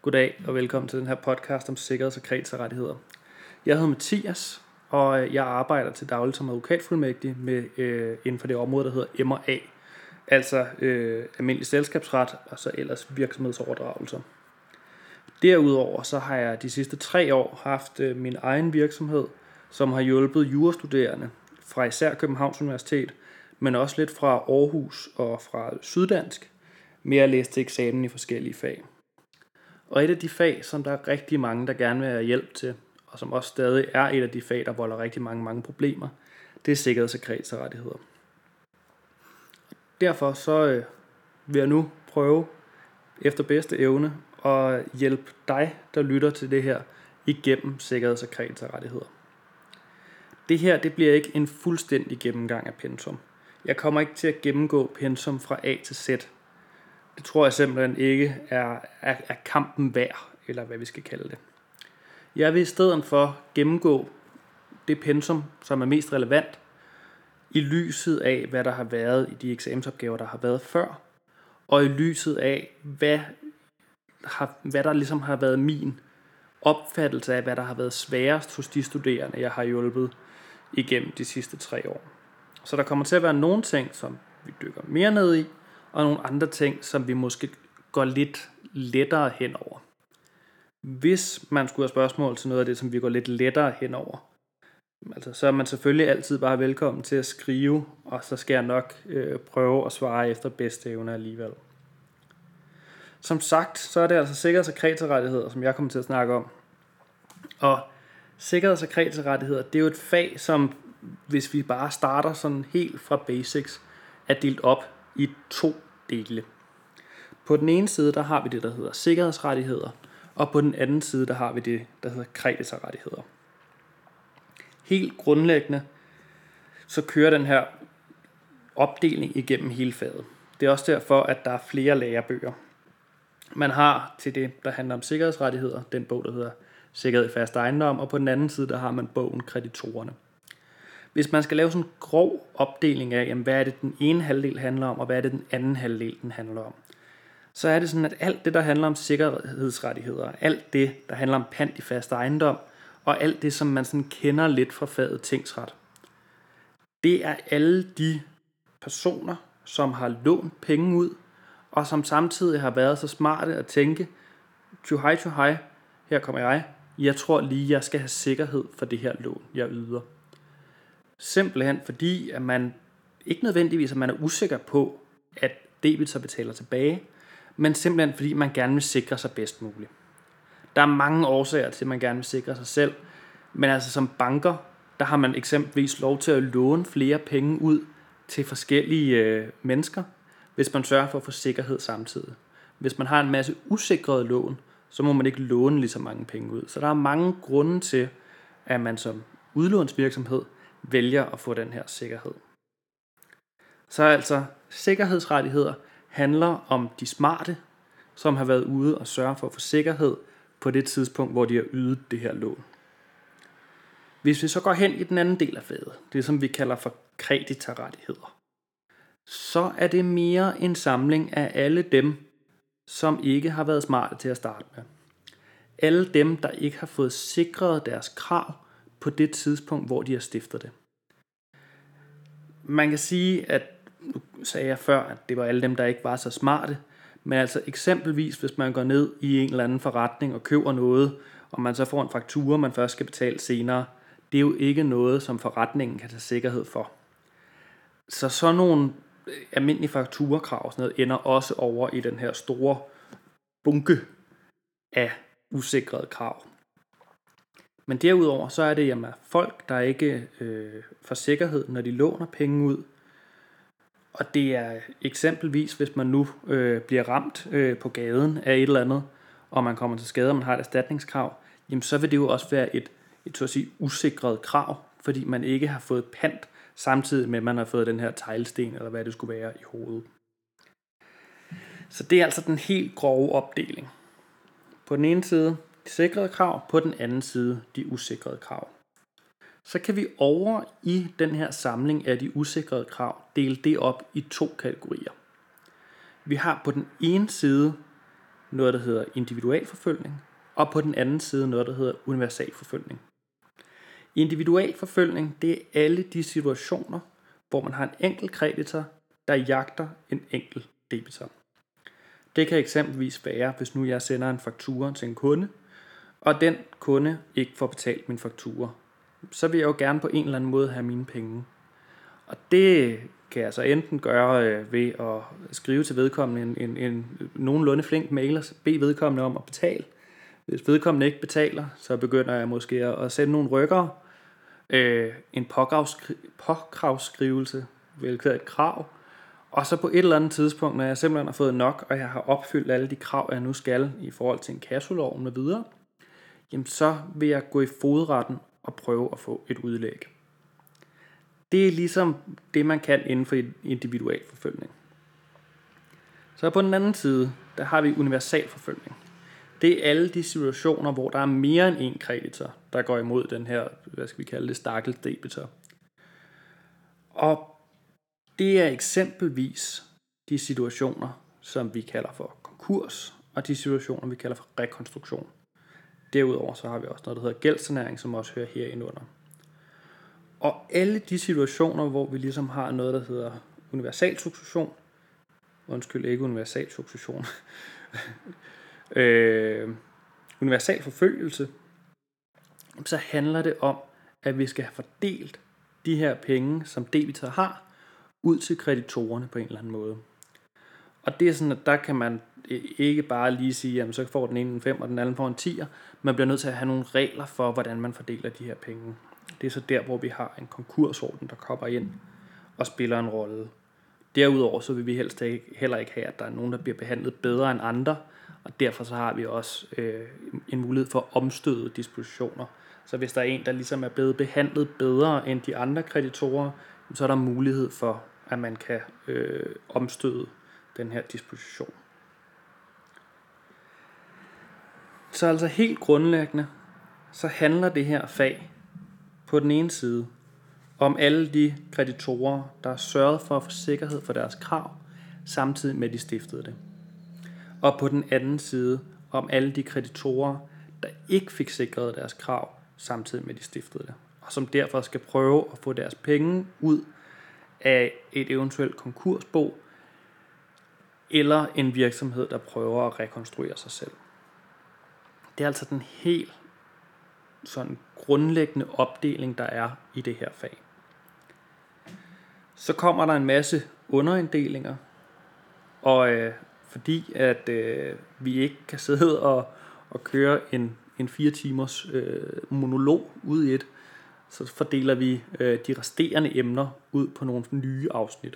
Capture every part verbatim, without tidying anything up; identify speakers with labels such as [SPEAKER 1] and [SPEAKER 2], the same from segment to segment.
[SPEAKER 1] Goddag og velkommen til den her podcast om sikkerheds- og kreditorrettigheder. Jeg hedder Mathias, og jeg arbejder til daglig som advokatfuldmægtig med, øh, inden for det område, der hedder M og A, altså øh, almindelig selskabsret og så ellers virksomhedsoverdragelser. Derudover så har jeg de sidste tre år haft øh, min egen virksomhed, som har hjulpet jurastuderende fra især Københavns Universitet, men også lidt fra Aarhus og fra Syddansk, med at læse til eksamen i forskellige fag. Og et af de fag, som der er rigtig mange, der gerne vil have hjælp til, og som også stadig er et af de fag, der volder rigtig mange, mange problemer, det er sikkerheds- og kreditorrettigheder. Derfor så øh, vil jeg nu prøve efter bedste evne at hjælpe dig, der lytter til det her, igennem sikkerheds- og kreditorrettigheder. Det her det bliver ikke en fuldstændig gennemgang af pensum. Jeg kommer ikke til at gennemgå pensum fra A til Z. Det tror jeg simpelthen ikke er, er, er kampen værd, eller hvad vi skal kalde det. Jeg vil i stedet for gennemgå det pensum, som er mest relevant, i lyset af, hvad der har været i de eksamensopgaver, der har været før, og i lyset af, hvad, har, hvad der ligesom har været min opfattelse af, hvad der har været sværest hos de studerende, jeg har hjulpet igennem de sidste tre år. Så der kommer til at være nogle ting, som vi dykker mere ned i, og nogle andre ting, som vi måske går lidt lettere henover. Hvis man skulle have spørgsmål til noget af det, som vi går lidt lettere henover, altså, så er man selvfølgelig altid bare velkommen til at skrive, og så skal jeg nok øh, prøve at svare efter bedste evne alligevel. Som sagt, så er det altså sikkerheds- og kreditorrettigheder, som jeg kommer til at snakke om. Og sikkerheds- og kreditorrettigheder, det er jo et fag, som hvis vi bare starter sådan helt fra basics, er delt op i to dele. På den ene side, der har vi det, der hedder sikkerhedsrettigheder, og på den anden side, der har vi det, der hedder kreditorrettigheder. Helt grundlæggende, så kører den her opdeling igennem hele faget. Det er også derfor, at der er flere lærebøger. Man har til det, der handler om sikkerhedsrettigheder, den bog, der hedder Sikkerhed i fast ejendom, og på den anden side, der har man bogen Kreditorerne. Hvis man skal lave sådan en grov opdeling af, jamen, hvad er det den ene halvdel handler om, og hvad er det den anden halvdel den handler om, så er det sådan, at alt det, der handler om sikkerhedsrettigheder, alt det, der handler om pant i fast ejendom, og alt det, som man sådan kender lidt fra faget tingsret, det er alle de personer, som har lånt penge ud, og som samtidig har været så smarte at tænke, tjo hej, tjo hej, her kommer jeg, jeg tror lige, jeg skal have sikkerhed for det her lån, jeg yder. Simpelthen fordi, at man ikke nødvendigvis, at man er usikker på, at debitor betaler tilbage, men simpelthen fordi, man gerne vil sikre sig bedst muligt. Der er mange årsager til, at man gerne vil sikre sig selv, men altså som banker, der har man eksempelvis lov til at låne flere penge ud til forskellige øh, mennesker, hvis man sørger for at få sikkerhed samtidig. Hvis man har en masse usikrede lån, så må man ikke låne lige så mange penge ud. Så der er mange grunde til, at man som udlånsvirksomhed vælger at få den her sikkerhed. Så altså, sikkerhedsrettigheder handler om de smarte, som har været ude og sørge for at få sikkerhed på det tidspunkt, hvor de har ydet det her lån. Hvis vi så går hen i den anden del af faget, det som vi kalder for kreditorrettigheder, så er det mere en samling af alle dem, som ikke har været smarte til at starte med. Alle dem, der ikke har fået sikret deres krav på det tidspunkt, hvor de har stiftet det. Man kan sige, at nu sagde jeg før, at det var alle dem, der ikke var så smarte, men altså eksempelvis, hvis man går ned i en eller anden forretning og køber noget, og man så får en faktura, man først skal betale senere, det er jo ikke noget, som forretningen kan tage sikkerhed for. Så sådan nogle almindelige fakturakrav sådan noget, ender også over i den her store bunke af usikrede krav. Men derudover så er det jamen, folk, der ikke øh, får sikkerhed, når de låner penge ud. Og det er eksempelvis, hvis man nu øh, bliver ramt øh, på gaden af et eller andet, og man kommer til skade, og man har et erstatningskrav, jamen så vil det jo også være et, et så at sige, usikret krav, fordi man ikke har fået pant, samtidig med at man har fået den her teglsten, eller hvad det skulle være, i hovedet. Så det er altså den helt grove opdeling. På den ene side de sikrede krav, på den anden side de usikrede krav. Så kan vi over i den her samling af de usikrede krav dele det op i to kategorier. Vi har på den ene side noget, der hedder individualforfølgning, og på den anden side noget, der hedder universalforfølgning. Individualforfølgning, det er alle de situationer, hvor man har en enkelt kreditor, der jagter en enkelt debitor. Det kan eksempelvis være, hvis nu jeg sender en faktura til en kunde, og den kunde ikke får betalt min faktura, så vil jeg jo gerne på en eller anden måde have mine penge. Og det kan jeg så enten gøre øh, ved at skrive til vedkommende en, en, en nogenlunde flink mail og bede vedkommende om at betale. Hvis vedkommende ikke betaler, så begynder jeg måske at sende nogle rykkere, øh, en påkravskri- påkravsskrivelse, hvilket er et krav. Og så på et eller andet tidspunkt, når jeg simpelthen har fået nok, og jeg har opfyldt alle de krav, jeg nu skal i forhold til en kassolov med videre, jamen så vil jeg gå i fodretten og prøve at få et udlæg. Det er ligesom det, man kan inden for individualforfølgning. Så på den anden side, der har vi universalforfølgning. Det er alle de situationer, hvor der er mere end en kreditor, der går imod den her, hvad skal vi kalde det, stakkels debitor. Og det er eksempelvis de situationer, som vi kalder for konkurs, og de situationer, vi kalder for rekonstruktion. Derudover så har vi også noget, der hedder gældssanering, som også hører herinde under. Og alle de situationer, hvor vi ligesom har noget, der hedder universal succession, undskyld, ikke universal succession, øh, universal forfølgelse, så handler det om, at vi skal have fordelt de her penge, som debitor har, ud til kreditorerne på en eller anden måde. Og det er sådan, at der kan man ikke bare lige sige, jamen så får den ene en fem, og den anden får en tier. Man bliver nødt til at have nogle regler for, hvordan man fordeler de her penge. Det er så der, hvor vi har en konkursorden, der kommer ind og spiller en rolle. Derudover så vil vi helst ikke, heller ikke have, at der er nogen, der bliver behandlet bedre end andre, og derfor så har vi også øh, en mulighed for at omstøde dispositioner. Så hvis der er en, der ligesom er blevet behandlet bedre end de andre kreditorer, så er der mulighed for, at man kan øh, omstøde den her disposition. Så altså helt grundlæggende, så handler det her fag på den ene side om alle de kreditorer, der har sørget for at få sikkerhed for deres krav, samtidig med at de stiftede det. Og på den anden side om alle de kreditorer, der ikke fik sikret deres krav, samtidig med at de stiftede det, og som derfor skal prøve at få deres penge ud af et eventuelt konkursbo, eller en virksomhed, der prøver at rekonstruere sig selv. Det er altså den helt sådan grundlæggende opdeling, der er i det her fag. Så kommer der en masse underinddelinger, og øh, fordi at øh, vi ikke kan sidde og, og køre en, en fire timers øh, monolog ud i et, så fordeler vi øh, de resterende emner ud på nogle nye afsnit.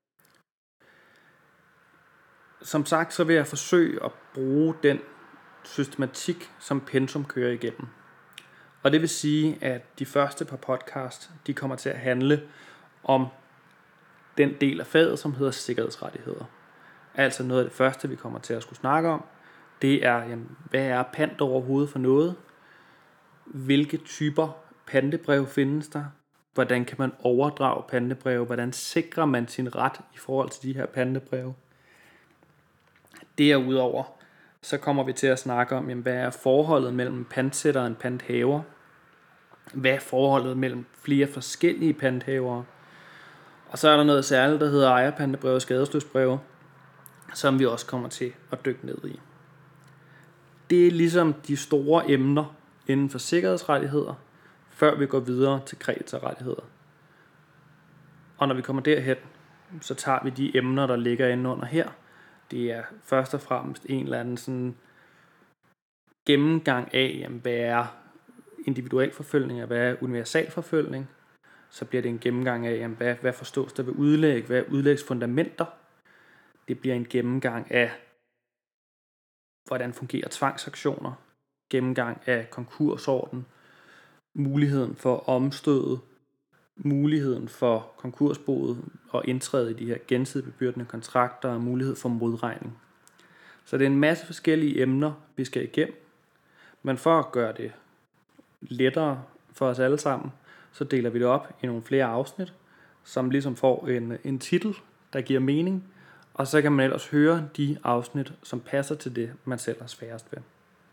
[SPEAKER 1] Som sagt, så vil jeg forsøge at bruge den systematik, som Pensum kører igennem. Og det vil sige, at de første par podcast, de kommer til at handle om den del af faget, som hedder sikkerhedsrettigheder. Altså noget af det første, vi kommer til at skulle snakke om, det er, jamen, hvad er pant overhovedet for noget? Hvilke typer pantebrev findes der? Hvordan kan man overdrage pantebreve? Hvordan sikrer man sin ret i forhold til de her pantebreve? Derudover så kommer vi til at snakke om, jamen, hvad er forholdet mellem pantsætter og en panthaver? Hvad er forholdet mellem flere forskellige panthavere? Og så er der noget særligt, der hedder ejerpantebreve og skadesløsbreve, som vi også kommer til at dykke ned i. Det er ligesom de store emner inden for sikkerhedsrettigheder, før vi går videre til kreditorrettigheder. Og når vi kommer derhen, så tager vi de emner, der ligger inde under her. Det er først og fremmest en eller anden sådan gennemgang af, jamen, hvad er individuel forfølgning, og hvad er universal forfølgning. Så bliver det en gennemgang af, jamen, hvad, hvad forstås der ved udlæg, hvad er udlægsfundamenter. Det bliver en gennemgang af, hvordan fungerer tvangsaktioner, gennemgang af konkursorden, muligheden for at omstøde, muligheden for konkursboet og indtræde i de her gensidigt bebyrdende kontrakter og mulighed for modregning. Så det er en masse forskellige emner, vi skal igennem. Men for at gøre det lettere for os alle sammen, så deler vi det op i nogle flere afsnit, som ligesom får en, en titel, der giver mening, Og så kan man ellers høre de afsnit, som passer til det, man selv er sværest ved.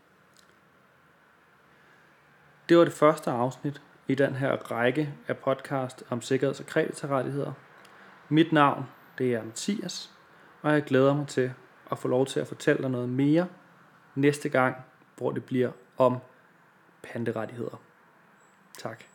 [SPEAKER 1] Det var det første afsnit i den her række af podcast om sikkerheds- og kreditorrettigheder. Mit navn, det er Mathias, og jeg glæder mig til at få lov til at fortælle dig noget mere næste gang, hvor det bliver om panterettigheder. Tak.